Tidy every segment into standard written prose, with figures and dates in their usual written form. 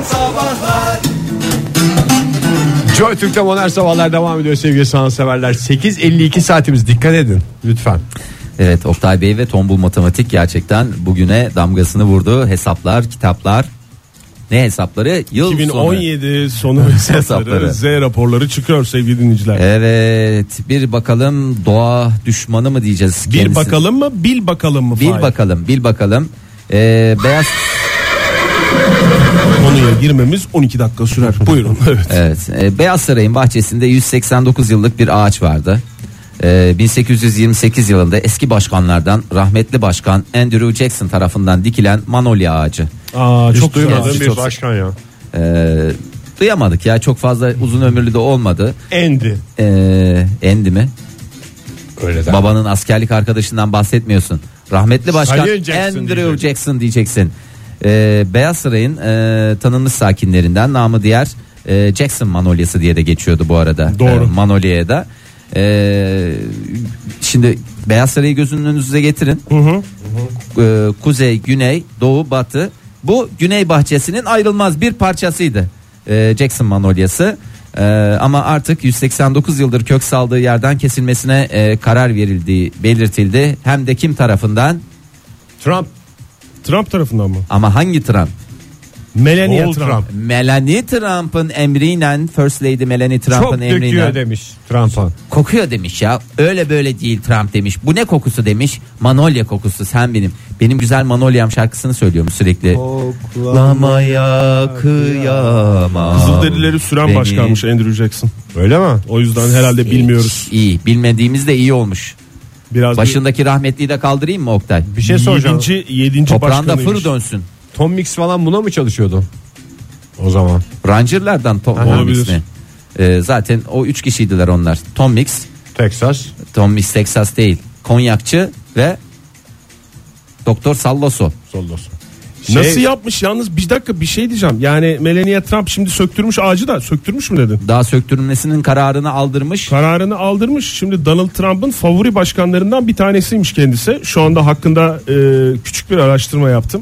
Sabahlar. Joy Türk'te Modern Sabahlar devam ediyor sevgili sanatseverler. 8.52 saatimiz, dikkat edin lütfen. Evet, Oktay Bey ve Tombul Matematik gerçekten bugüne damgasını vurdu. Hesaplar, kitaplar. Ne hesapları? Yıl 2017 sonu hesapları, Z raporları çıkıyor sevgili dinleyiciler. Evet, bir bakalım doğa düşmanı mı diyeceğiz? Bir bakalım mı, bil bakalım mı? Bil bakalım. Beyaz... Konuya girmemiz 12 dakika sürer. Buyurun. Evet. Beyaz Saray'ın bahçesinde 189 yıllık bir ağaç vardı. 1828 yılında eski başkanlardan rahmetli başkan Andrew Jackson tarafından dikilen Manolya ağacı. Çok duymadığım bir başkan ya. Duyamadık ya, çok fazla uzun ömürlü de olmadı. Endi mi? Öyle de. Babanın askerlik arkadaşından bahsetmiyorsun. Rahmetli başkan Jackson Andrew Jackson diyeceksin. Beyaz Saray'ın tanınmış sakinlerinden, namı diğer Jackson Manolyası diye de geçiyordu bu arada. Doğru. Manolya'ya da. Şimdi Beyaz Saray'ı gözünün önünüze getirin. Kuzey, güney, doğu, batı. Bu güney bahçesinin ayrılmaz bir parçasıydı. Jackson Manolyası. Ama artık 189 yıldır kök saldığı yerden kesilmesine karar verildiği belirtildi. Hem de kim tarafından? Trump tarafından mı? Ama hangi Trump? Melania Trump. Melanie Trump'ın emriyle, First Lady Melanie Trump'ın emriyle. Çok döküyor demiş Trump'a. Kokuyor demiş ya. Öyle böyle değil Trump demiş. Bu ne kokusu demiş. Manolya kokusu, sen benim güzel Manolyam şarkısını söylüyormuş sürekli. Koklamaya kıyamam. Kızılderilileri süren başkanmış Andrew Jackson. Öyle mi? O yüzden herhalde bilmiyoruz. İyi. Bilmediğimiz de iyi olmuş. Biraz başındaki rahmetliyi de kaldırayım mı Oktay? Bir şey soracağım. 7. Toprağında fır dönsün. Tom Mix falan buna mı çalışıyordu? O zaman. Ranger'lardan Tom Mix'ne. Zaten o 3 kişiydiler onlar. Tom Mix. Tom Mix Texas değil. Konyakçı ve Doktor Salloso. Nasıl yapmış yalnız, bir dakika bir şey diyeceğim. Yani Melania Trump şimdi söktürmüş ağacı da, söktürmüş mü dedin? Daha söktürülmesinin kararını aldırmış. Şimdi Donald Trump'ın favori başkanlarından bir tanesiymiş kendisi. Şu anda hakkında küçük bir araştırma yaptım.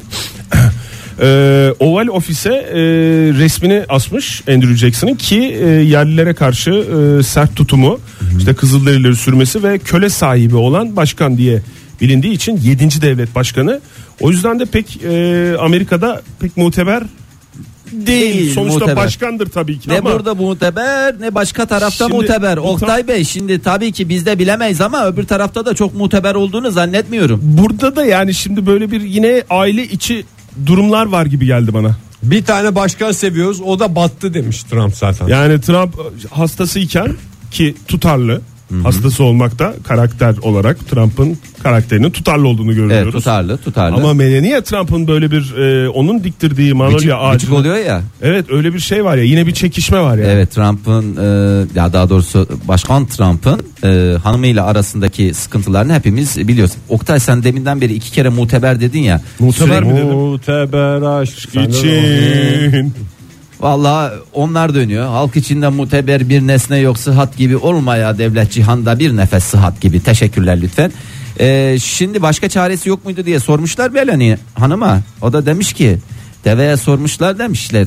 Oval Office'e resmini asmış Andrew Jackson'ın ki yerlilere karşı sert tutumu, işte Kızılderilileri sürmesi ve köle sahibi olan başkan diye bilindiği için 7. devlet başkanı. O yüzden de pek Amerika'da pek muteber değil. Sonuçta muteber. Başkandır tabii ki. Ne ama burada muteber ne başka tarafta şimdi, muteber. Oktay Bey, şimdi tabii ki biz de bilemeyiz ama öbür tarafta da çok muteber olduğunu zannetmiyorum. Burada da yani şimdi böyle bir yine aile içi durumlar var gibi geldi bana. Bir tane başkan seviyoruz, o da battı demiş Trump zaten. Yani Trump hastasıyken ki tutarlı. Hastası olmakta karakter olarak Trump'ın karakterinin tutarlı olduğunu görüyoruz. Evet, tutarlı. Ama Melania Trump'ın böyle bir onun diktirdiği Manolya ağacı. Gıcık oluyor ya. Evet, öyle bir şey var ya, yine bir çekişme var ya. Evet, Trump'ın ya daha doğrusu Başkan Trump'ın hanımıyla arasındaki sıkıntılarını hepimiz biliyoruz. Oktay, sen deminden beri 2 kere muteber dedin ya. Muteber mi dedim? Muteber aşk için. Vallahi onlar dönüyor. Halk içinde muteber bir nesne yok, sıhhat gibi olmaya devlet cihanda bir nefes sıhhat gibi. Teşekkürler lütfen. Şimdi başka çaresi yok muydu diye sormuşlar Melanie hanıma. O da demiş ki, deveye sormuşlar, demişler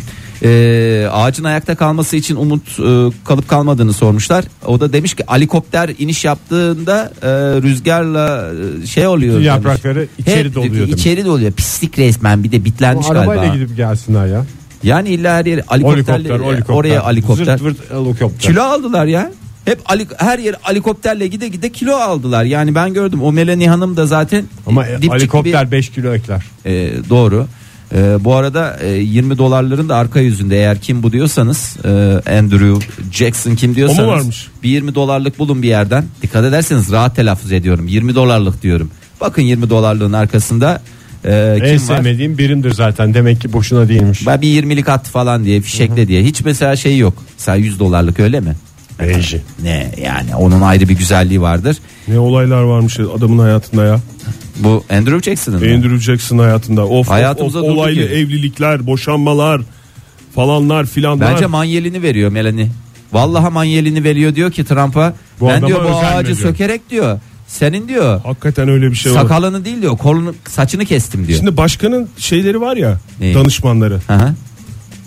ağacın ayakta kalması için umut kalıp kalmadığını sormuşlar. O da demiş ki helikopter iniş yaptığında rüzgarla şey oluyor. Yaprakları içeri doluyor. İçeri doluyor. Pislik resmen, bir de bitlenmiş galiba. Arabayla gidip gelsinler ya. Yani illa her yer helikopterle, oraya helikopter. Zırt helikopter. Kilo aldılar ya. Hep her yer helikopterle gide kilo aldılar. Yani ben gördüm. O Melanie Hanım da zaten. Ama helikopter 5 kilo ekler. Doğru. Bu arada $20 da arka yüzünde, eğer kim bu diyorsanız, Andrew Jackson kim diyorsanız, o mu varmış? Bir $20 bulun bir yerden. Dikkat ederseniz rahat telaffuz ediyorum. $20 diyorum. Bakın $20'lığın arkasında en sevmediğim birimdir zaten, demek ki boşuna değilmiş. Ben bir 20'lik at falan diye, fişekle diye. Hiç mesela şey yok. Mesela $100 öyle mi? Reji. Ne yani, onun ayrı bir güzelliği vardır. Ne olaylar varmış adamın hayatında ya. Bu Andrew Jackson'ın Andrew Jackson hayatında. Hayatımıza olaylı evlilikler, boşanmalar falanlar filanlar. Bence manyelini veriyor Melanie. Vallahi manyelini veriyor, diyor ki Trump'a, ben diyor bu ağacı sökerek diyor, senin diyor hakikaten öyle bir şey var. Sakalını değil diyor, kolunu, saçını kestim diyor. Şimdi başkanın şeyleri var ya, danışmanları. Hı.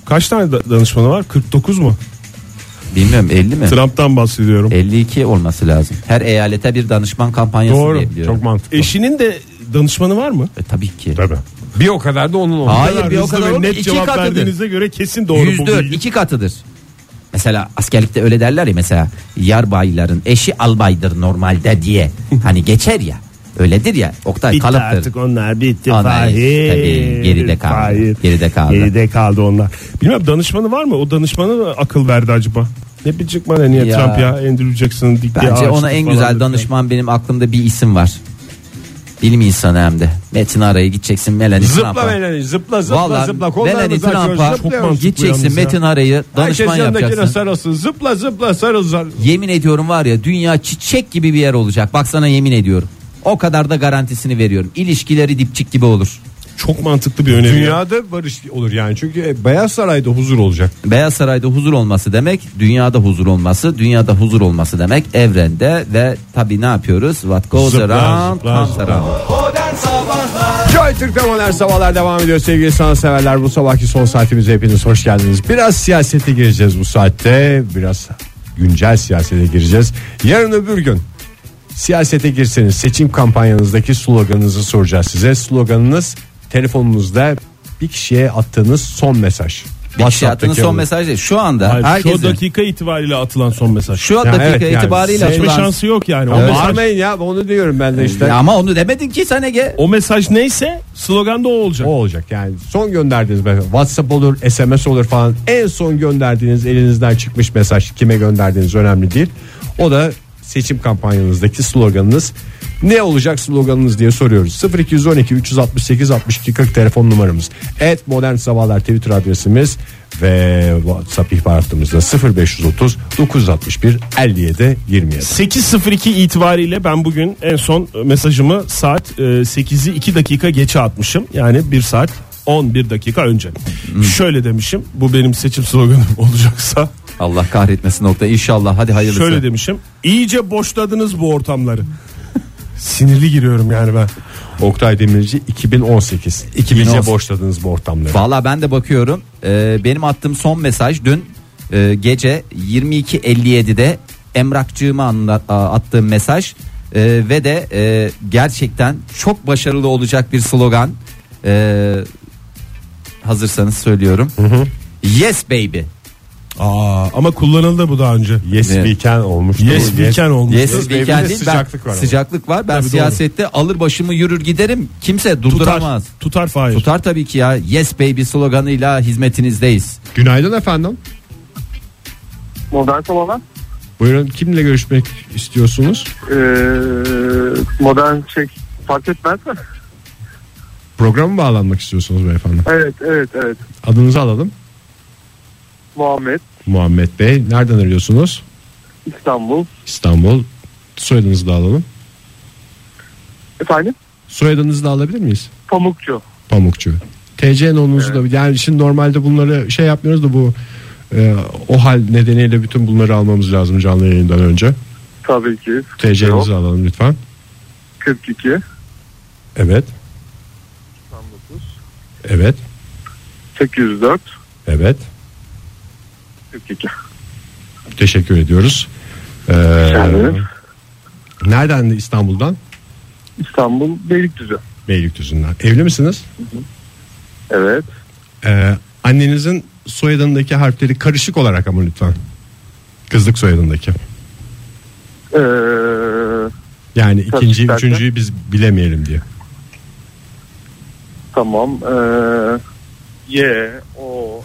Kaç tane danışmanı var? 49 mu? Bilmiyorum, 50 mi? Trump'tan bahsediyorum. 52 olması lazım. Her eyalete bir danışman kampanyası Doğru, diye biliyorum. çok mantıklı. Eşinin de danışmanı var mı? Tabii ki. Tabii. Bir o kadar da onun oldu. Hayır, bir o Hızlı kadar ve oldu. net 2 cevap katıdır. verdiğinize göre kesin doğru bu %4, bilgi. 2 katıdır. Mesela askerlikte öyle derler ya, mesela yarbayların eşi albaydır normalde diye. Hani geçer ya. Öyledir ya. Oktay Bitti kalıptır. artık onlar, bitti. Onlar, Fahir. tabii, geride kaldı. Fahir. Geride kaldı onlar. Bilmem, danışmanı var mı? O danışmanı mı akıl verdi acaba? Ne bilecek bana niye Ya. Trump ya, Andrew Jackson'ın diktiği Bence ağaçlık ona en falan güzel dedi. danışman, benim aklımda bir isim var. Bilim insanı hem de. Metin Aray'a gideceksin, Melanie Zıpla Trump'a. Melanie, zıpla zıpla Vallahi zıpla. Melanie Kollarımızı açıyoruz, Trump'a zıplıyoruz. gideceksin, yalnız ya. Metin Aray'ı danışman Herkes yanındakine yapacaksın. sarılsın. Zıpla zıpla sarıl. Yemin ediyorum var ya, dünya çiçek gibi bir yer olacak. Bak sana yemin ediyorum. O kadar da garantisini veriyorum. İlişkileri dipçik gibi olur. Çok mantıklı bir öneri. Dünyada barış olur yani. Çünkü Beyaz Saray'da huzur olacak. Beyaz Saray'da huzur olması demek dünyada huzur olması, dünyada huzur olması demek evrende ve tabii ne yapıyoruz? What goes Zıplar, around zıplar, comes around. Joy Türk'te Modern Sabahlar devam ediyor sevgili sanatseverler. Bu sabahki son saatimize hepiniz hoş geldiniz. Biraz siyasete gireceğiz bu saatte. Biraz güncel siyasete gireceğiz. Yarın öbür gün siyasete girseniz seçim kampanyanızdaki sloganınızı soracağız size. Sloganınız telefonunuzda bir kişiye attığınız son mesaj. Bir kişi attığınız son mesaj değil. Şu anda Hayır, herkesin şu dakika itibariyle atılan son mesaj. şu Yani dakika evet, yani itibariyle Seçme atılan... şansı yok yani. Evet. Bağırmayın ya, onu diyorum ben de işte. Ya ama onu demedin ki sen Ege. O mesaj neyse slogan da o olacak. O olacak yani, son gönderdiğiniz mesaj, WhatsApp olur, SMS olur falan, en son gönderdiğiniz elinizden çıkmış mesaj, kime gönderdiğiniz önemli değil. O da seçim kampanyanızdaki sloganınız. Ne olacak sloganınız diye soruyoruz. 0212 368 62 40 telefon numaramız. @modern sabahlar Twitter adresimiz ve WhatsApp ihbar hattımızda 0530 961 57 27. 8.02 itibariyle ben bugün en son mesajımı saat 8'i 2 dakika geçe atmışım. Yani 1 saat 11 dakika önce. Şöyle demişim, bu benim seçim sloganım olacaksa. Allah kahretmesin nokta, inşallah, hadi hayırlısı. Şöyle demişim, iyice boşladınız bu ortamları. Sinirli giriyorum yani ben. Oktay Demirci 2018. 2018. İyice boşladınız bu ortamları. Valla ben de bakıyorum. Benim attığım son mesaj dün gece 22.57'de emlakçığıma attığım mesaj ve de gerçekten çok başarılı olacak bir slogan. Hazırsanız söylüyorum. Yes baby. Ama kullanıldı bu daha önce. Yes Evet. we can olmuştu. Yes we can olmuş. Yes Yes we baby'de can değil. sıcaklık var ama. Sıcaklık var. Ben Tabii, siyasette alır başımı yürür giderim. Kimse durduramaz. Tutar Fahir. Tutar tabii ki ya. Yes baby sloganıyla hizmetinizdeyiz. Günaydın efendim. Modern Sabahlar. Buyurun, kimle görüşmek istiyorsunuz? Modern fark etmez mi? Programa bağlanmak istiyorsunuz beyefendi. Evet. Adınızı alalım. Muhammed, Muhammed Bey. Nereden arıyorsunuz? İstanbul. İstanbul. Soyadınızı da alalım. Efendim? Soyadınızı da alabilir miyiz? Pamukçu. Pamukçu. TC nonunuzu da, yani şimdi normalde bunları şey yapmıyoruz da bu o hal nedeniyle bütün bunları almamız lazım canlı yayından önce. Tabii ki. TC'nizi alalım lütfen. 42 Evet. 99 Evet. 804 Evet. 42. Teşekkür ediyoruz. ederim. Nereden? İstanbul'dan? İstanbul Beylikdüzü. Beylikdüzü'nden. Evli misiniz? Evet. Annenizin soyadındaki harfleri karışık olarak ama lütfen. Kızlık soyadındaki. Yani ikinci, derken? üçüncüyü biz bilemeyelim diye. Tamam. Y O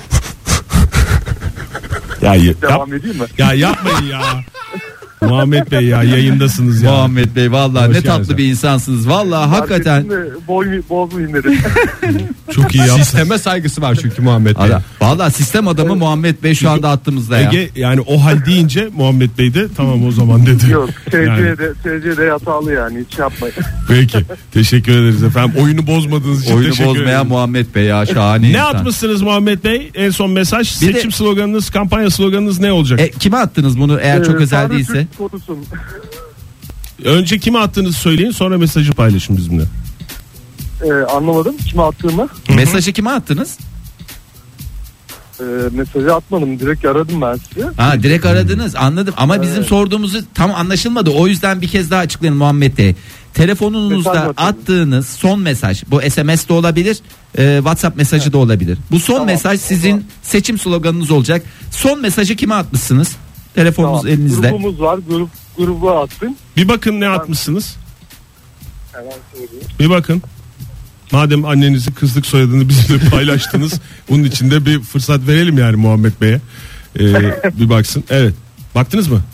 devam edeyim mi? Ya yapmayın ya. Muhammed Bey ya, yayındasınız ya. Muhammed Bey vallahi Hoş ne tatlı geldin. bir insansınız. Vallahi hakikaten. Bozmayayım dedim. Çok iyi yaptın. Sisteme saygısı var çünkü Muhammed Bey. Vallahi sistem adamı Muhammed Bey şu anda attığımızda ya. Ege, yani o hal deyince Muhammed Bey de tamam o zaman dedi. Yok. Yani. TC'de hatalı yani. Hiç yapmayın. Peki. Teşekkür ederiz efendim. Oyunu bozmadığınız için Oyunu teşekkür bozmayan ederim. Muhammed Bey ya, şahane Ne insan. atmışsınız Muhammed Bey? En son mesaj. Bir de- Seçim sloganınız, kampanya sloganınız ne olacak? Kime attınız bunu eğer çok özel Tanrı değilse? Türk korusun. Önce kime attığınızı söyleyin, sonra mesajı paylaşın bizimle. Anlamadım. Kime attığımı? Mesajı kime attınız? mesajı atmadım. Direkt aradım ben sizi. Ha, direkt aradınız, anladım ama bizim sorduğumuzu tam anlaşılmadı. O yüzden bir kez daha açıklayın Muhammed Bey. Telefonunuzda Mesaj attığınız son mesaj, bu SMS de olabilir, WhatsApp mesajı da olabilir. Bu son mesaj sizin seçim sloganınız olacak. Son mesajı kime atmışsınız? Telefonunuz elinizde. Grubumuz var. Gruba attım. Bir bakın ne atmışsınız. Hemen söyleyeyim. Bir bakın. Madem annenizi kızlık soyadını bizimle paylaştınız, bunun için de bir fırsat verelim yani Muhammed Bey'e. Bir baksın. Evet. Baktınız mı?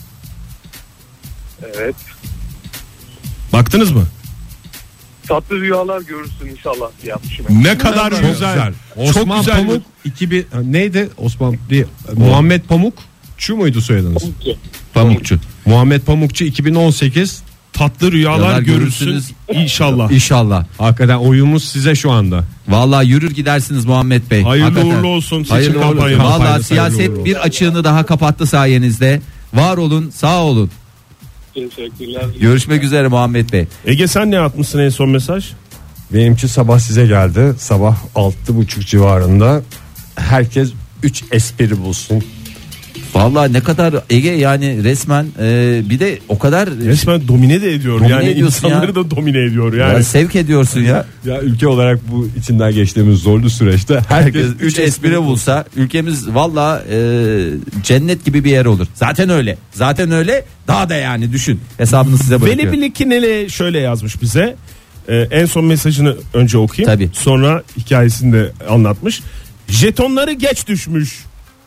Evet. Baktınız mı? Tatlı rüyalar görürsün inşallah diye yapmışım. Ne kadar Çok güzel. Osman Çok güzel. Pamuk 2000 neydi? Osman değil. Muhammed Pamukçu muydu soyadınız? Pamukçu. Muhammed Pamukçu 2018. Tatlı rüyalar görürsünüz inşallah. İnşallah. Hakikaten oyumuz size şu anda. Vallahi yürür gidersiniz Muhammed Bey. Hayırlı Hakikaten. uğurlu olsun seçim Hayırlı uğurlu olsun. kampanyası. Vallahi Hayırlı siyaset uğurlu bir açığını daha kapattı sayenizde. Var olun, sağ olun. Teşekkürler. Görüşmek üzere Muhammed Bey. Ege sen ne atmışsın en son mesaj? Benimki sabah size geldi. Sabah 6.30 civarında. Herkes 3 espri bulsun. Vallahi ne kadar Ege, yani resmen bir de o kadar Resmen domine de ediyor. Domine yani ediyorsun insanları ya. da domine ediyor yani. ya sevk ediyorsun ya. Ya ülke olarak bu içinden geçtiğimiz zorlu süreçte herkes 3 espri bulsa ülkemiz vallahi cennet gibi bir yer olur. Zaten öyle. Zaten öyle. Daha da yani düşün. Hesabını size bırakıyorum. Veli Bilkineli şöyle yazmış bize. En son mesajını önce okuyayım. Tabii. Sonra hikayesini de anlatmış. Jetonları geç düşmüş.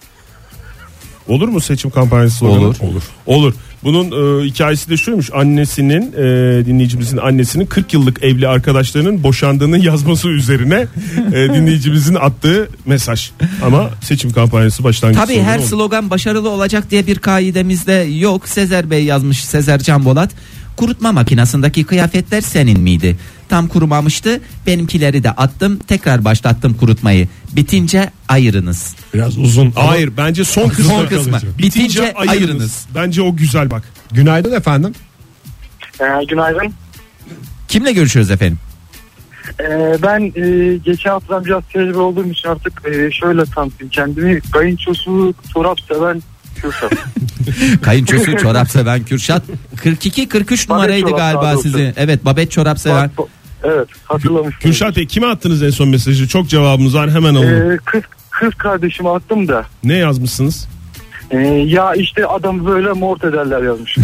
Olur mu seçim kampanyası sloganı? Olur. Bunun hikayesi de şuymuş. Annesinin, dinleyicimizin annesinin 40 yıllık evli arkadaşlarının boşandığını yazması üzerine dinleyicimizin attığı mesaj. Ama seçim kampanyası başlangıç Tabii sloganı her olur. slogan başarılı olacak diye bir kaidemizde yok. Sezer Bey yazmış, Sezer Can Bolat. Kurutma makinesindeki kıyafetler senin miydi? Tam kurumamıştı. Benimkileri de attım. Tekrar başlattım kurutmayı. Bitince ayırınız. biraz uzun. Hayır, bence son kısmı. Son kısmı. Bitince ayırınız. Bence o güzel bak. Günaydın efendim. Günaydın. Kimle görüşüyoruz efendim? Ben geçen haftadan biraz tecrübe olduğum için artık şöyle tanıtayım kendimi. Kayınçosu çorap seven Kürşat. Kayınçosu çorap seven Kürşat. 42-43 numaraydı çorap galiba daha doğrusu. sizin. Evet, babet çorap seven. Evet, hatırlamışsınız. Kürşat Bey kime attınız en son mesajı? Çok cevabımız var, hemen alalım. Kız kardeşime attım da. Ne yazmışsınız? Ya işte adamı böyle mort ederler yazmış.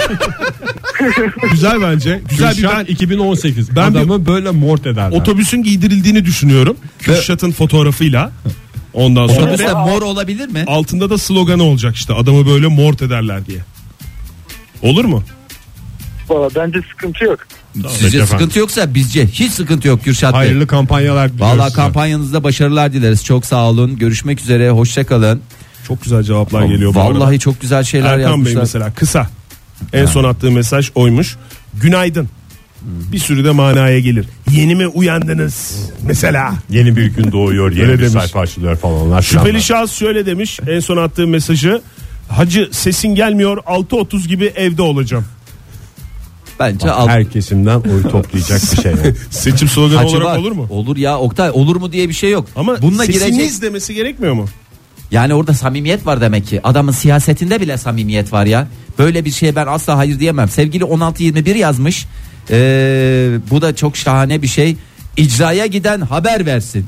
Güzel bence. Güzel bir, ben 2018. Ben Adamı böyle mort ederler. otobüsün giydirildiğini düşünüyorum. Kürşat'ın fotoğrafıyla. Ondan sonra Otobüste mor olabilir mi? altında da sloganı olacak işte. Adamı böyle mort ederler diye. Olur mu? Valla bence sıkıntı yok. Sizce sıkıntı yoksa bizce hiç sıkıntı yok Kürşat Bey. Hayırlı kampanyalar diliyoruz. Vallahi size. kampanyanızda başarılar dileriz. Çok sağ olun. Görüşmek üzere. Hoşça kalın. Çok güzel cevaplar geliyor bu arada. Vallahi çok güzel şeyler Erkan Bey yazmışlar. mesela kısa. En son attığı mesaj oymuş. Günaydın. Bir sürü de manaya gelir. Yeni mi uyandınız? Mesela. Yeni bir gün doğuyor, yeni Öyle bir demiş. sayfa açılıyor falanlar. Şüpheli şahıs şöyle demiş. En son attığı mesajı. Hacı sesin gelmiyor, 6.30 gibi evde olacağım. Bence Her kesimden oy toplayacak bir şey. Yani. Seçim sloganı Hacı olarak var. olur mu? Olur ya Oktay, olur mu diye bir şey yok. Ama bununla sesiniz girecek. demesi gerekmiyor mu? Yani orada samimiyet var demek ki. Adamın siyasetinde bile samimiyet var ya. Böyle bir şeye ben asla hayır diyemem. Sevgili 1621 yazmış. Bu da çok şahane bir şey. İcraya giden haber versin.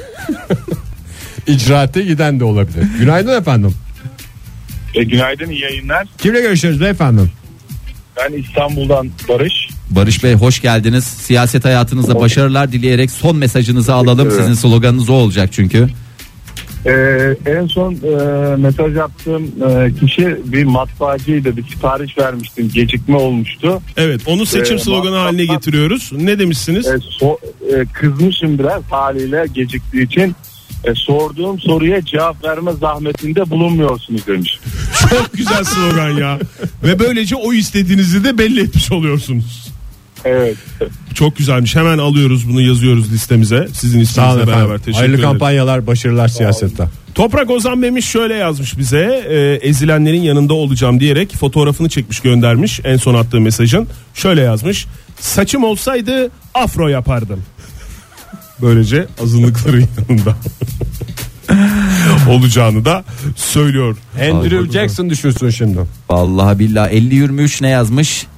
İcraate giden de olabilir. Günaydın efendim. Günaydın, iyi yayınlar. Kimle görüşüyoruz beyefendi? Ben İstanbul'dan Barış. Barış Bey hoş geldiniz. Siyaset hayatınızda başarılar dileyerek son mesajınızı alalım. Evet. Sizin sloganınız o olacak çünkü. En son mesaj yaptığım kişi bir matbaacıydı. Bir sipariş vermiştim. Gecikme olmuştu. Evet, onu seçim sloganı haline getiriyoruz. Ne demişsiniz? Kızmışım biraz haliyle geciktiği için. Sorduğum soruya cevap verme zahmetinde bulunmuyorsunuz demiş. Çok güzel slogan ya. Ve böylece o istediğinizi de belli etmiş oluyorsunuz. Evet. Çok güzelmiş. Hemen alıyoruz bunu, yazıyoruz listemize. Sizin Sağ olun isminizle beraber. efendim. Teşekkür Hayırlı ederim. kampanyalar, başarılar siyasette. Toprak Ozan Memiş şöyle yazmış bize. Ezilenlerin yanında olacağım diyerek fotoğrafını çekmiş, göndermiş. En son attığı mesajın. Şöyle yazmış. Saçım olsaydı afro yapardım. Böylece azınlıkların yanında olacağını da söylüyor. Andrew Jackson düşünsün şimdi. Vallahi billahi 50-23 ne yazmış?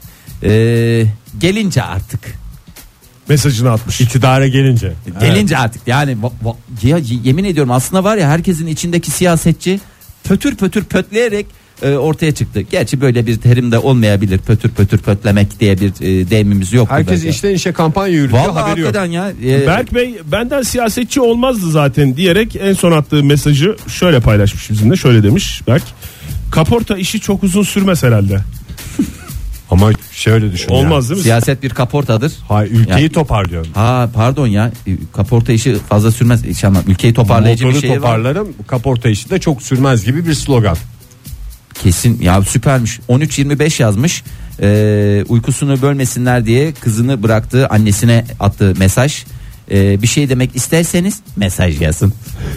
Gelince artık. Mesajını atmış. İktidara gelince. Gelince artık yani ya, yemin ediyorum aslında var ya herkesin içindeki siyasetçi pötür pötür pötleyerek ortaya çıktı. Gerçi böyle bir terim de olmayabilir. Pötür pötür pötlemek diye bir deyimimiz yok. Herkes işten işe kampanya yürütüyor, vallahi haberi yok. Ya. Berk Bey benden siyasetçi olmazdı zaten diyerek en son attığı mesajı şöyle paylaşmış bizimle. Şöyle demiş Berk. Kaporta işi çok uzun sürmez herhalde. Ama şöyle düşün. Olmaz değil mi? Siyaset bir kaportadır. Hayır, ülkeyi toparlıyor. Ha pardon ya, kaporta işi fazla sürmez inşallah. Ülkeyi toparlayıcı Motoru bir şey var. toparlarım, kaporta işi de çok sürmez gibi bir slogan. Kesin ya, süpermiş. 13-25 yazmış. Uykusunu bölmesinler diye kızını bıraktığı annesine attığı mesaj. Bir şey demek isterseniz mesaj yazın.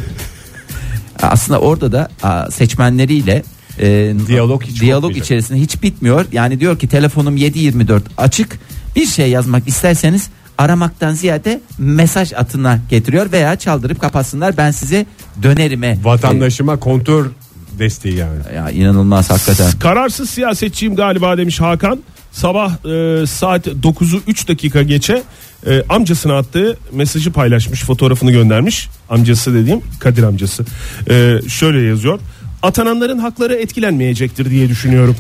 Aslında orada da seçmenleriyle diyalog içerisinde hiç bitmiyor. Yani diyor ki telefonum 7/24 açık. Bir şey yazmak isterseniz aramaktan ziyade mesaj atına getiriyor veya çaldırıp kapatsınlar, ben size dönerime. Vatandaşıma kontör desteği yani. Ya inanılmaz hakikaten. Kararsız siyasetçiyim galiba demiş Hakan. Sabah saat 9'u 3 dakika geçe amcasına attığı mesajı paylaşmış, fotoğrafını göndermiş. Amcası dediğim Kadir amcası. Şöyle yazıyor. Atananların hakları etkilenmeyecektir diye düşünüyorum.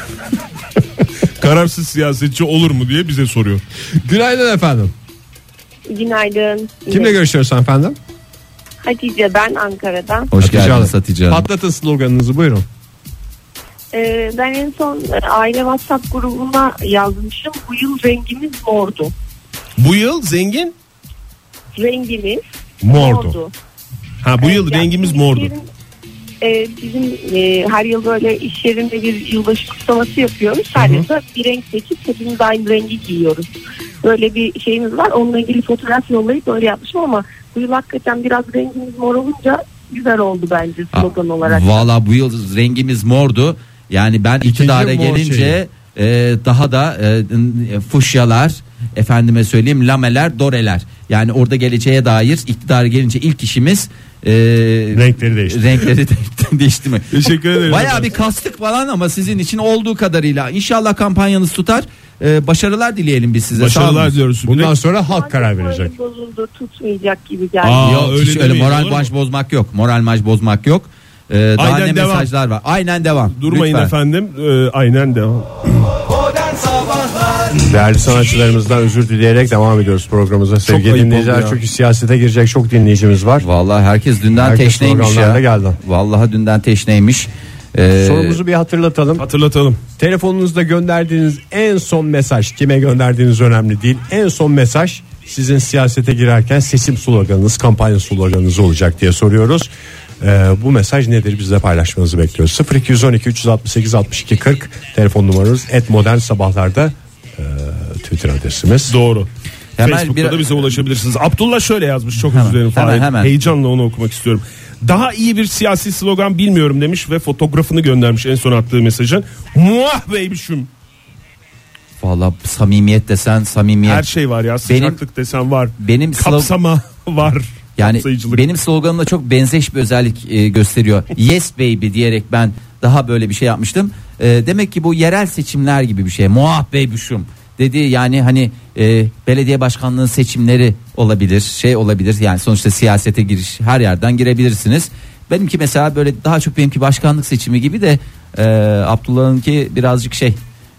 Kararsız siyasetçi olur mu diye bize soruyor. Günaydın efendim. Günaydın. Kimle görüşüyoruz efendim? Hatice, ben Ankara'dan. Hoş Hatice geldiniz Hanım. Hatice Hanım. Patlatın sloganınızı, buyurun. Ben en son aile WhatsApp grubuna yazmışım. Bu yıl rengimiz mordu. Bu yıl zengin Rengimiz Mordu. Ha bu yıl yani rengimiz mordu. Bizim her yıl böyle iş yerinde bir yılbaşı kutlaması yapıyoruz. Her yılda bir renk seçip hepimiz aynı rengi giyiyoruz. Böyle bir şeyimiz var. Onunla ilgili fotoğraf yollayıp böyle yapmışım ama bu yıl hakikaten biraz rengimiz mor olunca güzel oldu bence slogan olarak. Valla bu yıl rengimiz mordu. Yani ben iktidara gelince daha da fuşyalar, efendime söyleyeyim lameler, doreler. Yani orada geleceğe dair iktidara gelince ilk işimiz Renkleri değişti. Renkleri değişti mi? Teşekkür ederim. Bayağı bir kastık falan ama sizin için olduğu kadarıyla. İnşallah kampanyanız tutar. Başarılar dileyelim biz size. Başarılar diliyoruz. Bundan sonra halk karar verecek. Bozuldu, tutmayacak gibi geldi. Yok, öyle moral baş bozmak yok. Moral maç bozmak yok. Daha ne devam. mesajlar var. Aynen devam. Durmayın lütfen. efendim. Aynen devam. Değerli sanatçılarımızdan özür dileyerek devam ediyoruz programımıza. Sevgili ayıp dinleyiciler, oldu ya. çünkü siyasete girecek çok dinleyicimiz var. Vallahi herkes dünden Herkes teşneymiş programlarda ya. geldi. Vallahi dünden teşneymiş. Sorumuzu bir hatırlatalım. Hatırlatalım. Telefonunuzda gönderdiğiniz en son mesaj, kime gönderdiğiniz önemli değil. En son mesaj sizin siyasete girerken seçim sloganınız, kampanya sloganınız olacak diye soruyoruz. Bu mesaj nedir, bizle paylaşmanızı bekliyoruz. 0212 368 62 40 telefon numaramız, @modernsabahlarda Twitter adresimiz. Doğru. Hemen Facebook'ta da bize ulaşabilirsiniz. Abdullah şöyle yazmış, çok Hemen, özür dilerim. hemen, Fahir. hemen. Heyecanla onu okumak istiyorum. Daha iyi bir siyasi slogan bilmiyorum demiş ve fotoğrafını göndermiş en son attığı mesajın. Muah beybişim. Vallahi samimiyet desen samimiyet. Her şey var ya, sıcaklık desen var. Benim kapsama var. yani Kapsayıcılık. benim sloganımla çok benzeş bir özellik gösteriyor. Yes baby diyerek ben daha böyle bir şey yapmıştım. Demek ki bu yerel seçimler gibi bir şey. Muah beybişim dedi, yani hani belediye başkanlığı seçimleri olabilir, şey olabilir, yani sonuçta siyasete giriş, her yerden girebilirsiniz. Benimki mesela böyle daha çok benimki başkanlık seçimi gibi de Abdullah'ınki birazcık şey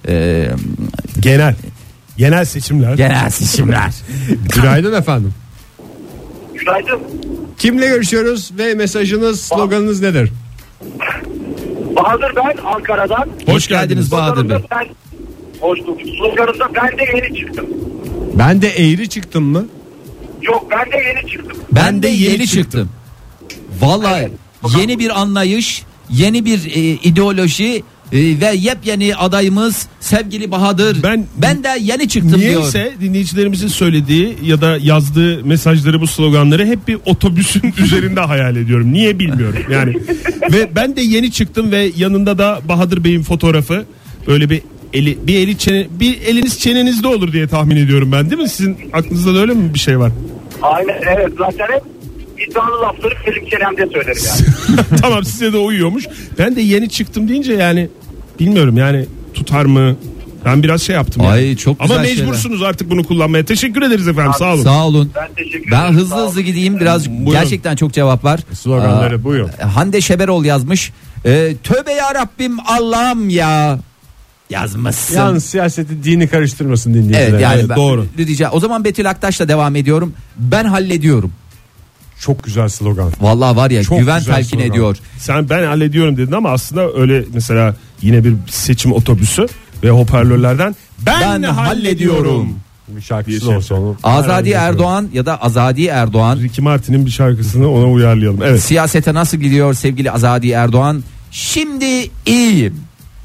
genel seçimler. genel seçimler. Günaydın efendim. Günaydın. Kimle görüşüyoruz ve mesajınız, sloganınız nedir? Bahadır ben Ankara'dan. Hoş geldiniz Bahadır Bey. Hoş bulduk. Sloganımda ben de yeni çıktım. Ben de eğri çıktım mı? Yok, ben de yeni çıktım. Ben de yeni çıktım. Vallahi yeni bir anlayış, yeni bir ideoloji ve yepyeni adayımız sevgili Bahadır. Ben de yeni çıktım diyor. Niyeyse dinleyicilerimizin söylediği ya da yazdığı mesajları, bu sloganları hep bir otobüsün üzerinde hayal ediyorum. Niye bilmiyorum yani. Ve ben de yeni çıktım ve yanında da Bahadır Bey'in fotoğrafı, böyle bir eliniz çenenizde olur diye tahmin ediyorum ben, değil mi? Sizin aklınızda da öyle mi bir şey var? Aynen, evet, zaten hep iddialı lafları Ferit Kerem'de söylerim yani. Tamam, size de uyuyormuş. Ben de yeni çıktım deyince yani bilmiyorum yani tutar mı? Ben biraz şey yaptım. Ay, yani. çok güzel ama mecbursunuz şeyler. artık bunu kullanmaya. Teşekkür ederiz efendim. Sağ olun. Sağ olun. Ben teşekkür ederim. Ben hızlı gideyim biraz. Buyurun. Gerçekten çok cevap var. Sloganları buyurun. Hande Şeberol yazmış. Tövbe ya Rabbim Allah'ım ya. Yazmışsın. Yalnız siyaseti dini karıştırmasın dinleyiciler. Evet yani doğru. O zaman Betül Aktaş'la devam ediyorum. Ben hallediyorum. Çok güzel slogan. Vallahi var ya, Çok güven güzel telkin slogan. ediyor. Sen ben hallediyorum dedin ama aslında öyle mesela yine bir seçim otobüsü ve hoparlörlerden ben hallediyorum. Bir şarkısı da olsa onu. Azadi Erdoğan ya da Azadi Erdoğan. Ricky Martin'in bir şarkısını ona uyarlayalım. Evet. Siyasete nasıl gidiyor sevgili Azadi Erdoğan? Şimdi iyiyim.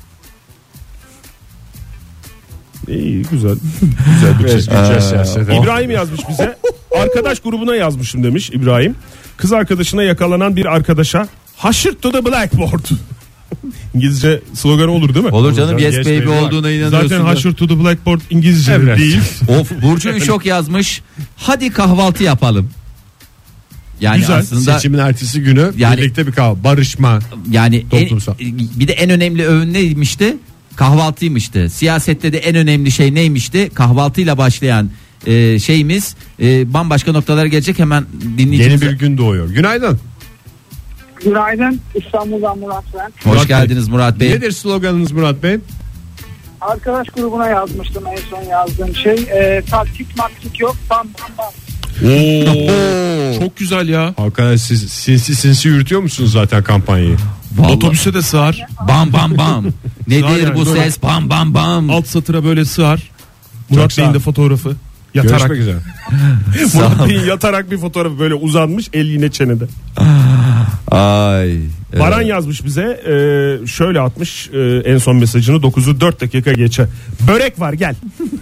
İyi, güzel. Güzel bir Güzel siyaset. İbrahim yazmış bize. Arkadaş grubuna yazmışım demiş İbrahim. Kız arkadaşına yakalanan bir arkadaşa "Haşırt to the blackboard." İngilizce sloganı olur değil mi? Olur canım, yes Yes baby baby var. olduğuna inanıyorsun. Zaten "Haşırt to the blackboard" İngilizce Evet. değil. Of, Burcu Üşok yazmış. Hadi kahvaltı yapalım. Yani Güzel. aslında Seçimin ertesi günü Yani- birlikte bir kahvaltı, barışma. yani Toplumsal. bir de en önemli öğün neymişti? Kahvaltıymıştı. Siyasette de en önemli şey neymişti? Kahvaltıyla başlayan şeyimiz bambaşka noktalara gelecek. Hemen Yeni dinleyicimize. bir gün doğuyor. Günaydın. Günaydın, İstanbul'dan Murat ben. Hoş Murat Bey. geldiniz Murat Bey. Nedir sloganınız Murat Bey? Arkadaş grubuna yazmıştım en son yazdığım şey. Taktik maktik yok, bam bam bam. Oo, çok güzel ya. Arkadaş siz sinsi yürütüyor musunuz zaten kampanyayı? Vallahi. Otobüse de sığar. Bam bam bam. Nedir yani, bu böyle. ses? Bam bam bam. Alt satıra böyle sığar. Murat sağ Bey'in ol. de fotoğrafı. Yatarak. Görüşmek üzere. Murat Bey'in yatarak bir fotoğrafı böyle uzanmış, el yine çenede. Ay. evet. Baran yazmış bize şöyle atmış en son mesajını 9'u 4 dakika geçe. Börek var gel.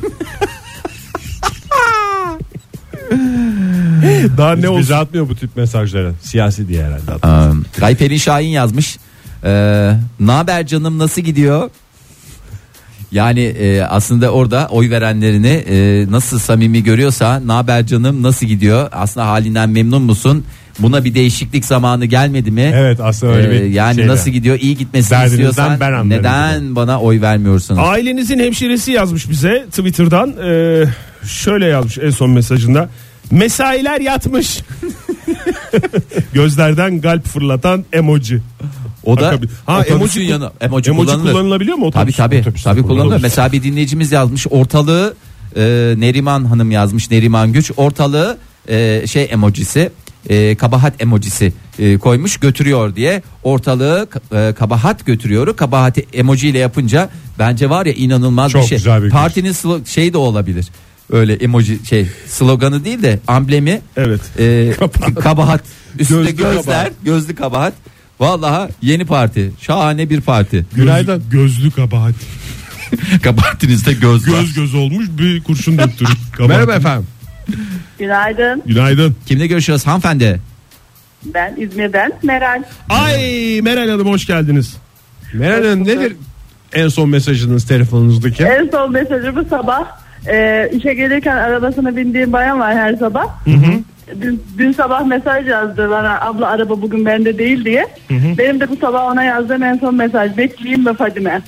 Daha ne Bize olsun? atmıyor bu tip mesajları. Siyasi diye herhalde. Gayperin Şahin yazmış. Naber canım, nasıl gidiyor? Yani aslında orada oy verenlerini nasıl samimi görüyorsa, naber canım nasıl gidiyor? Aslında halinden memnun musun? Buna bir değişiklik zamanı gelmedi mi? Evet, aslında öyle bir yani şeyde. nasıl gidiyor? İyi gitmesini Derdinizden istiyorsan ben anlarım neden bana oy vermiyorsunuz? Ailenizin hemşiresi yazmış bize Twitter'dan. Şöyle yazmış en son mesajında. Mesailer yatmış. Gözlerden kalp fırlatan emoji. O da Ha, otobüsün emoji yanı. Emoji Emoji kullanılır. kullanılabiliyor mu Tabii otobüs? tabii kullanılıyor. Mesela bir dinleyicimiz yazmış, ortalığı Neriman Hanım yazmış, Neriman Güç, ortalığı şey emojisi, kabahat emojisi koymuş, götürüyor diye. Ortalığı kabahat götürüyor. Kabahati emoji ile yapınca bence var ya, inanılmaz Çok bir şey. güzel bir Partinin şey de olabilir. Öyle emoji şey, sloganı değil de amblemi. Evet. Kabahat üstünde Gözlü gözler, kabahat. gözlü kabahat. Vallahi yeni parti, şahane bir parti. Günaydın. Gözlü kabahat. Kabahatinizde göz var. Göz olmuş bir kurşun döktürün. Merhaba efendim. Günaydın. Günaydın. Kimle görüşüyoruz hanımefendi? Ben İzmir'den Meral. Ay Meral Hanım, hoş geldiniz. Meral Hanım, nedir en son mesajınız telefonunuzdaki? En son mesajımı sabah işe gelirken arabasına bindiğim bayan var her sabah. Dün sabah mesaj yazdı bana, abla araba bugün bende değil diye. Benim de bu sabah ona yazdığım en son mesaj, bekleyeyim mi Fadime?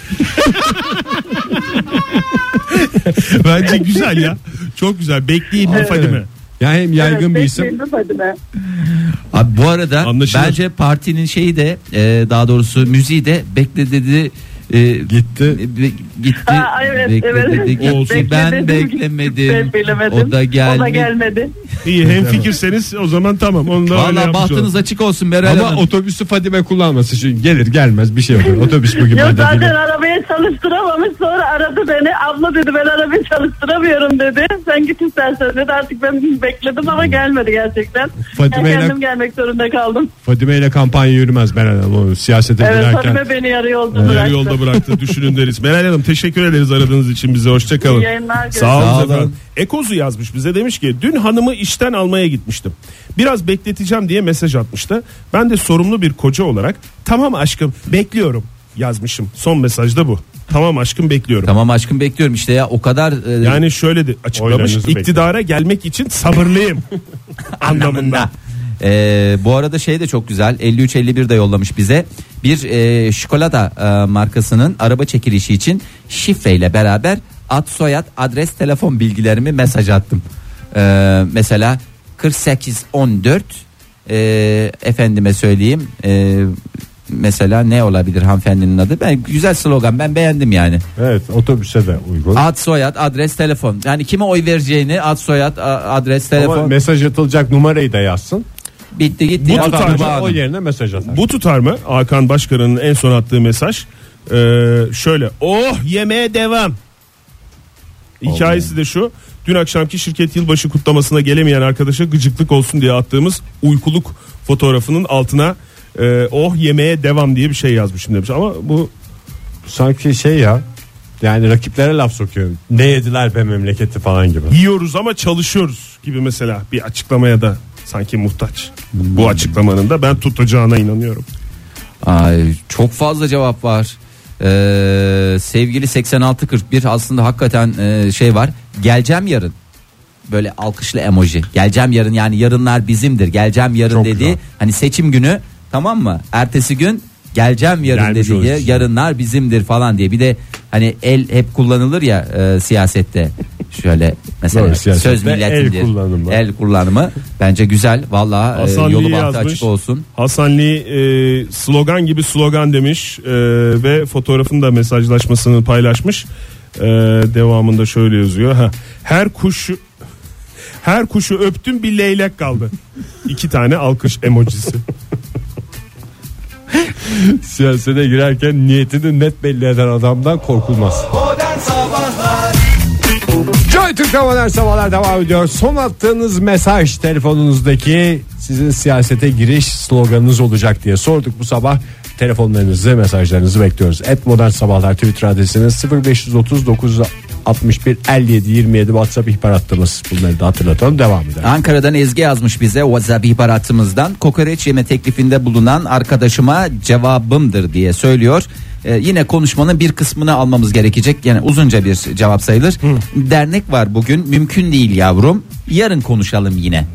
Bence güzel ya. Çok güzel. Bekleyeyim mi Fadime? Yani hem yaygın bir isim. Bekleyeyim mi Fadime? Abi bu arada Anlaşılır. bence partinin şeyi de daha doğrusu müziği de bekle dedi. Gitti. Gitti. Ha, evet, Bekle evet. dedi, gitti. Olsun. Ben beklemedim. Ben bilemedim. O da gelmedi. gelmedi. İyi, hem fikirseniz o zaman tamam. Onu da öyle Vallahi yapmış bahtınız olalım. açık olsun Meral Ama Hanım. otobüsü Fadime kullanması için gelir gelmez bir şey olur. Otobüs bugün Yok, bende zaten değil. arabayı çalıştıramamış, sonra aradı beni, abla dedi ben arabayı çalıştıramıyorum dedi, sen git istersen dedi. Artık ben bekledim ama gelmedi gerçekten. Fadime ile- Kendim gelmek zorunda kaldım. Fadime ile kampanya yürümez Meral Hanım. O siyasete Evet, girerken. Fadime beni yarı yolda Yarı bıraktı. yolda bıraktı, düşünün deriz. Meral Hanım, teşekkür ederiz aradığınız için bize. Hoşçakalın. İyi yayınlar, Sağ olun. Sağ olun. efendim. Ekozu yazmış bize, demiş ki dün hanımı işten almaya gitmiştim. Biraz bekleteceğim diye mesaj atmıştı. Ben de sorumlu bir koca olarak tamam aşkım bekliyorum yazmışım. Son mesajda bu. Tamam aşkım bekliyorum. Tamam aşkım bekliyorum işte ya, o kadar Yani şöyle de açıklamış, Oylarınızı iktidara gelmek için sabırlıyım anlamında. Bu arada şey de çok güzel, 5351 de yollamış bize bir Şikolata markasının araba çekilişi için şifreyle beraber ad, soyad, adres, telefon bilgilerimi mesaj attım. Mesela 4814 efendime söyleyeyim, mesela ne olabilir hanımefendinin adı? Ben güzel slogan, ben beğendim yani. Evet, otobüse de uygun. Ad, soyad, adres, telefon. Yani kime oy vereceğini, ad, soyad, adres, telefon. Ama mesaj atılacak numarayı da yazsın. Bitti gitti. Bu tutar o yerine mesaj atar. Bu tutar mı? Hakan Başkan'ın en son attığı mesaj şöyle: oh yemeğe devam. Hikayesi de şu: dün akşamki şirket yılbaşı kutlamasına gelemeyen arkadaşa gıcıklık olsun diye attığımız uykuluk fotoğrafının altına oh yemeğe devam diye bir şey yazmışım demiş. Ama bu sanki şey ya, yani rakiplere laf sokuyor. Ne yediler be memleketi falan gibi. Yiyoruz ama çalışıyoruz gibi mesela bir açıklamaya da sanki muhtaç. Bu açıklamanın da ben tutacağına inanıyorum. Ay, çok fazla cevap var. Sevgili 8641 aslında hakikaten şey var. Geleceğim yarın. Böyle alkışlı emoji. Geleceğim yarın, yani yarınlar bizimdir. Geleceğim yarın çok dediği güzel. hani seçim günü, tamam mı? Ertesi gün geleceğim yarın gelmiş dediği olursun. yarınlar bizimdir falan diye. Bir de hani el hep kullanılır ya siyasette. Şöyle mesela Doğru, siyasette söz milletindir. El kullanımı bence güzel. Vallahi yolu bahtı açık olsun. Hasan Lee slogan gibi slogan demiş ve fotoğrafını da mesajlaşmasını paylaşmış. Devamında şöyle yazıyor: her kuşu öptüm, bir leylek kaldı. 2 tane alkış emojisi. Siyasete girerken niyetini net belli eden adamdan korkulmaz. Joy Türk'te Modern Sabahlar devam ediyor. Son attığınız mesaj telefonunuzdaki sizin siyasete giriş sloganınız olacak diye sorduk bu sabah. Telefonlarınızı, mesajlarınızı bekliyoruz. @Modern Sabahlar Twitter adresiniz, 0539 61 57 27 WhatsApp ihbar hattımız. Bunları da hatırlatalım, devam edelim. Ankara'dan Ezgi yazmış bize WhatsApp ihbar hattımızdan. Kokoreç yeme teklifinde bulunan arkadaşıma cevabımdır diye söylüyor. Yine konuşmanın bir kısmını almamız gerekecek. Yani uzunca bir cevap sayılır. Dernek var bugün, mümkün değil yavrum. Yarın konuşalım yine.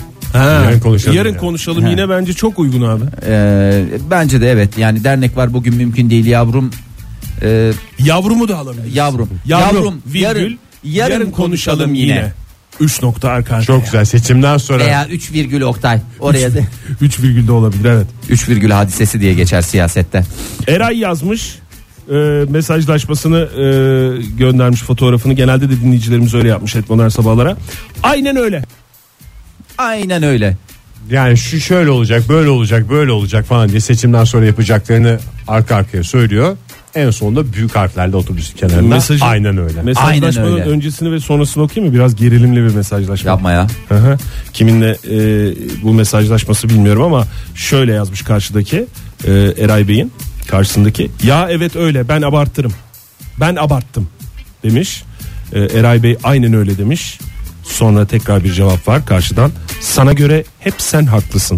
Yarın konuşalım yine bence çok uygun abi. Bence de evet, yani dernek var bugün, mümkün değil yavrum. Yavrumu da alabiliriz. Yavrum virgül, yarın konuşalım yine. 3 nokta arka. Çok güzel, seçimden sonra. Veya 3 virgül Oktay. Oraya da 3 virgül de olabilir, evet. 3 virgül hadisesi diye geçer siyasette. Eray yazmış. Mesajlaşmasını göndermiş, fotoğrafını. Genelde de dinleyicilerimiz öyle yapmış Modern Sabahlara. Aynen öyle. Aynen öyle. Yani şu şöyle olacak, böyle olacak, böyle olacak falan diye seçimden sonra yapacaklarını arka arkaya söylüyor. En sonunda büyük harflerle otobüsün kenarında aynen öyle. Mesajlaşmanın aynen öyle. öncesini ve sonrasını okuyayım mı? Biraz gerilimli bir mesajlaşma. Yapma ya. Kiminle bu mesajlaşması bilmiyorum ama şöyle yazmış karşıdaki Eray Bey'in karşısındaki: ya evet öyle, ben abartırım. Ben abarttım demiş. Eray Bey aynen öyle demiş. Sonra tekrar bir cevap var karşıdan: sana göre hep sen haklısın.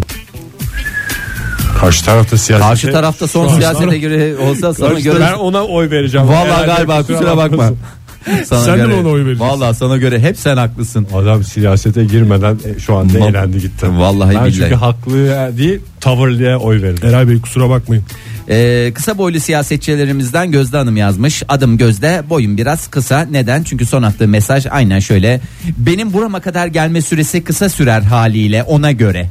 Karşı tarafta son siyasete göre olsa sana göre ben ona oy vereceğim. Vallahi galiba kusura bakma. Sen de mi ona oy vereceksin? Vallahi sana göre hep sen haklısın. Adam siyasete girmeden şu anda eğlendi gitti. Vallahi ben billahi. Çünkü haklı değil, tavırlıya oy veririm. Eray Bey kusura bakmayın. Kısa boylu siyasetçilerimizden Gözde Hanım yazmış. Adım Gözde, boyum biraz kısa. Neden? Çünkü son attığı mesaj aynen şöyle: benim burama kadar gelme süresi kısa sürer haliyle, ona göre.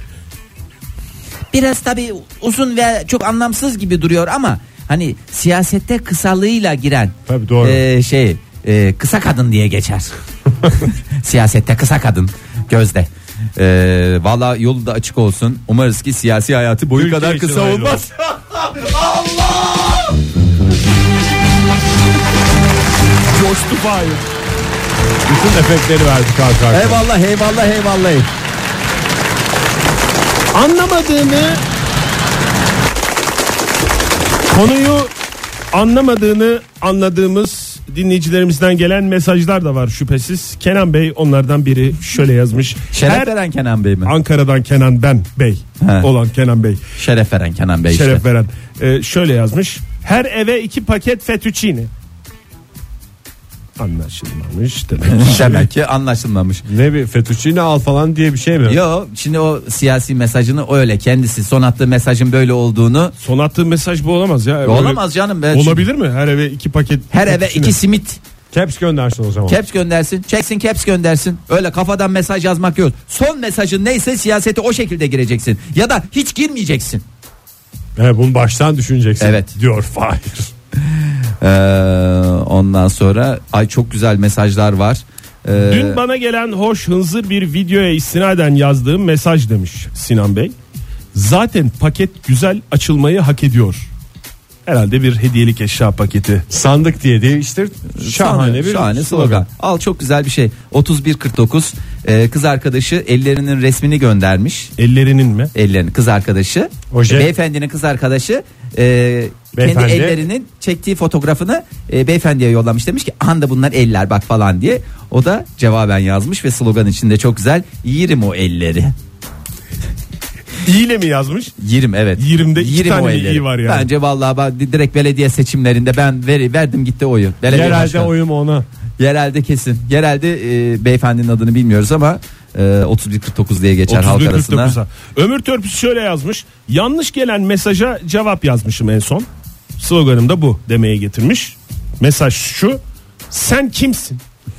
Biraz tabii uzun ve çok anlamsız gibi duruyor ama hani siyasette kısalığıyla giren tabii doğru. Kısa kadın diye geçer. Siyasette kısa kadın Gözde. Valla yolu da açık olsun. Umarız ki siyasi hayatı boyu Türkiye kadar kısa olmaz. Allah! Coştu Fahir. Bütün efektleri verdik arkadaşlar. Eyvallah. Konuyu anlamadığını anladığımız dinleyicilerimizden gelen mesajlar da var şüphesiz. Kenan Bey onlardan biri, şöyle yazmış. Şeref veren Kenan Bey mi? Ankara'dan Kenan Bey olan Kenan Bey. Şeref veren Kenan Bey Şeref işte. veren. Şöyle yazmış: her eve 2 paket fettuccine. Anlaşılmamış demek. Demek ki anlaşılmamış. Ne bir fettuccine al falan diye bir şey mi? Yo, şimdi o siyasi mesajını öyle kendisi son attığı mesajın böyle olduğunu. Son attığı mesaj bu olamaz ya. Olamaz canım. Olabilir mi? Her eve 2 paket. Her eve 2 simit. Caps göndersin o zaman. Caps göndersin. Çeksin caps göndersin. Öyle kafadan mesaj yazmak yok. Son mesajın neyse siyasete o şekilde gireceksin. Ya da hiç girmeyeceksin. Evet, bunu baştan düşüneceksin. Evet. Diyor Fahir. Ondan sonra çok güzel mesajlar var. Dün bana gelen hoş hınzır bir videoya istinaden yazdığım mesaj demiş Sinan Bey. Zaten paket güzel, açılmayı hak ediyor. Herhalde bir hediyelik eşya paketi. Sandık diye değiştir. Şahane bir slogan. Al, çok güzel bir şey. 3149 kız arkadaşı ellerinin resmini göndermiş. Ellerinin mi? Ellerinin kız arkadaşı. Oje. Beyefendinin kız arkadaşı kendi Beyefendi. ellerinin çektiği fotoğrafını beyefendiye yollamış, demiş ki anda bunlar eller bak falan diye. O da cevaben yazmış ve slogan içinde çok güzel, yerim o elleri. İyi ile mi yazmış? Yerim, evet. Yerim'de 2 Yerim tane o mi elleri. iyi var yani? Bence vallahi direkt belediye seçimlerinde ben verdim gitti oyu. Belediye Yerelde başkanı. oyum ona. Yerelde kesin. Yerelde beyefendinin adını bilmiyoruz ama 3149 diye geçer halk arasında. 31-49'a. Ömür Törpüs şöyle yazmış. Yanlış gelen mesaja cevap yazmışım en son. Sloganım da bu demeye getirmiş. Mesaj şu: sen kimsin?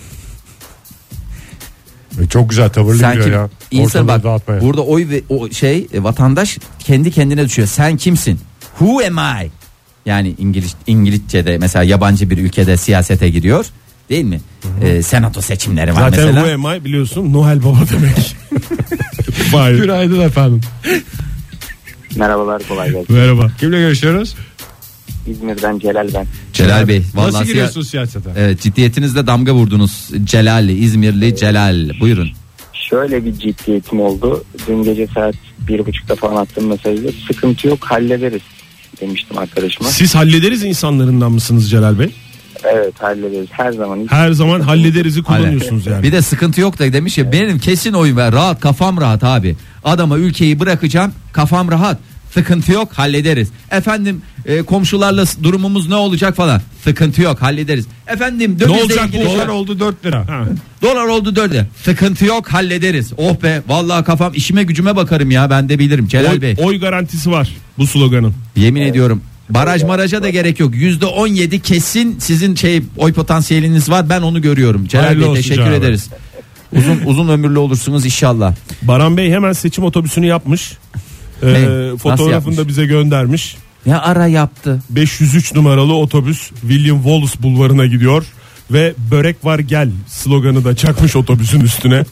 Çok güzel tavırlı diyor Kim? ya. İnsan bak dağıtmaya. burada oy ve vatandaş kendi kendine düşüyor. Sen kimsin? Who am I? Yani İngilizce'de mesela yabancı bir ülkede siyasete giriyor. Değil mi? Senato seçimleri var zaten mesela. Who am I biliyorsun Noel Baba demek. Günaydın efendim. Merhabalar, kolay gelsin. Merhaba. Kimle görüşüyoruz? İzmir'den Celal ben. Celal Bey. Nasıl giriyorsunuz siyasete? Evet, ciddiyetinizle damga vurdunuz. Celal, İzmirli Celal. Buyurun. Şöyle bir ciddiyetim oldu. Dün gece saat 1.30'da falan attığım mesajda sıkıntı yok, hallederiz demiştim arkadaşıma. Siz hallederiz insanlarından mısınız Celal Bey? Evet, hallederiz her zaman. Her zaman hallederiz'i kullanıyorsunuz yani. Bir de sıkıntı yok da demiş ya, benim kesin oyum var, rahat, kafam rahat abi. Adama ülkeyi bırakacağım, kafam rahat. Sıkıntı yok, hallederiz. Efendim komşularla durumumuz ne olacak falan. Sıkıntı yok, hallederiz. Efendim ne olacak, dolar oldu 4 lira. Ha. Dolar oldu 4 lira. Sıkıntı yok, hallederiz. Oh be, vallahi kafam, işime gücüme bakarım ya, ben de bilirim Celal Bey. Oy garantisi var bu sloganın. Yemin ediyorum. Baraj maraja da gerek yok. %17 kesin sizin oy potansiyeliniz var. Ben onu görüyorum. Celal Hayırlı Bey, olsun teşekkür Celal ederiz. Uzun ömürlü olursunuz inşallah. Baran Bey hemen seçim otobüsünü yapmış. Nasıl Fotoğrafını yapmış? da bize göndermiş. Ya ara yaptı. 503 numaralı otobüs William Wallace bulvarına gidiyor ve börek var gel sloganı da çakmış otobüsün üstüne.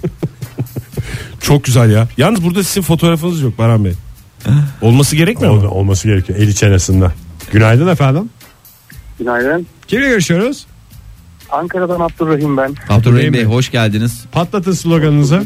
Çok güzel ya. Yalnız burada sizin fotoğrafınız yok Baran Bey. Olması gerekmiyor mu? Olması gerekiyor. Eli çenesinde. Günaydın efendim. Günaydın. Kimle görüşüyoruz? Ankara'dan Abdurrahim ben. Abdurrahim Bey, hoş geldiniz. Patlatın sloganınızı.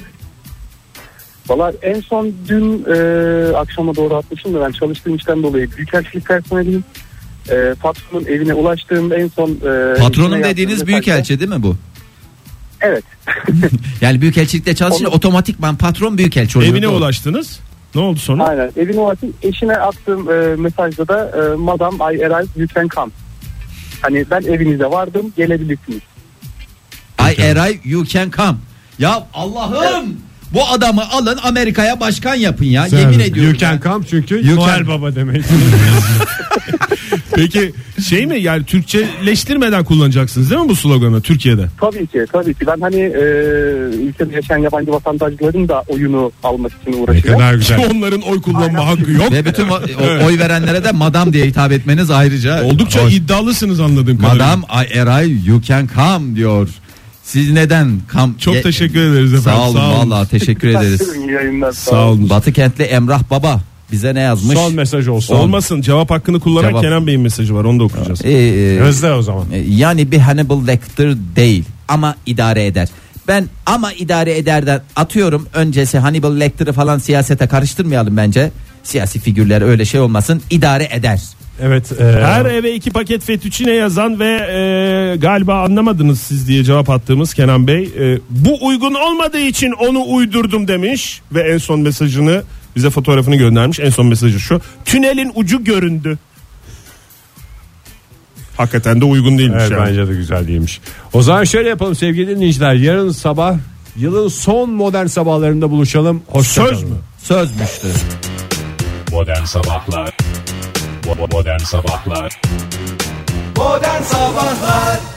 Valla en son dün akşama doğru atmışım da ben çalıştığım işten dolayı büyükelçilik personeliyim. Patronun evine ulaştığımda en son... Patronum dediğiniz büyükelçi değil mi bu? Evet. Yani büyükelçilikte çalışınca otomatikman patron büyükelçi oluyor. Evine ulaştınız. Ne oldu sonra? Aynen. Evine ulaştım. Eşine attığım mesajda da Madam I arrived, you can come. Hani ben evinize vardım, gelebilirsiniz. I arrive, you can come. Ya Allah'ım! Bu adamı alın Amerika'ya başkan yapın ya. Yemin ediyorum. You can come çünkü Noel Baba demek. Peki yani Türkçeleştirmeden kullanacaksınız değil mi bu sloganı Türkiye'de? Tabii ki. Ben hani ülkede yaşayan yabancı vatandaşların da oyunu almak için Ne uğraşıyorum. kadar güzel. Onların oy kullanma hakkı yok. Ve bütün oy verenlere de madam diye hitap etmeniz ayrıca. Oldukça hoş. iddialısınız anladığım kadarıyla. Madam I arrive, you can come diyor. Siz neden come? Çok teşekkür ederiz efendim. Sağ olun vallahi teşekkür ederiz. İyi yayınlar. Sağ olun. Batı kentli Emrah Baba bize ne yazmış? Son mesaj olsun. Olmasın, cevap hakkını kullanan Cevap. Kenan Bey'in mesajı var, onu da okuyacağız. Hızlı o zaman. Yani bir Hannibal Lecter değil ama idare eder. Ben ama idare ederden atıyorum, öncesi Hannibal Lecter'ı falan siyasete karıştırmayalım bence. Siyasi figürler öyle şey olmasın, idare eder. Evet. Her eve 2 paket fettuccine yazan ve galiba anlamadınız siz diye cevap attığımız Kenan Bey bu uygun olmadığı için onu uydurdum demiş ve en son mesajını bize fotoğrafını göndermiş. En son mesajı şu: tünelin ucu göründü. Hakikaten de uygun değilmiş Evet, yani. bence de güzel değilmiş. O zaman şöyle yapalım sevgili dinleyiciler. Yarın sabah yılın son modern sabahlarında buluşalım. Hoşçakalın. Söz mü? Sözmüştü. Modern Sabahlar Modern Sabahlar Modern Sabahlar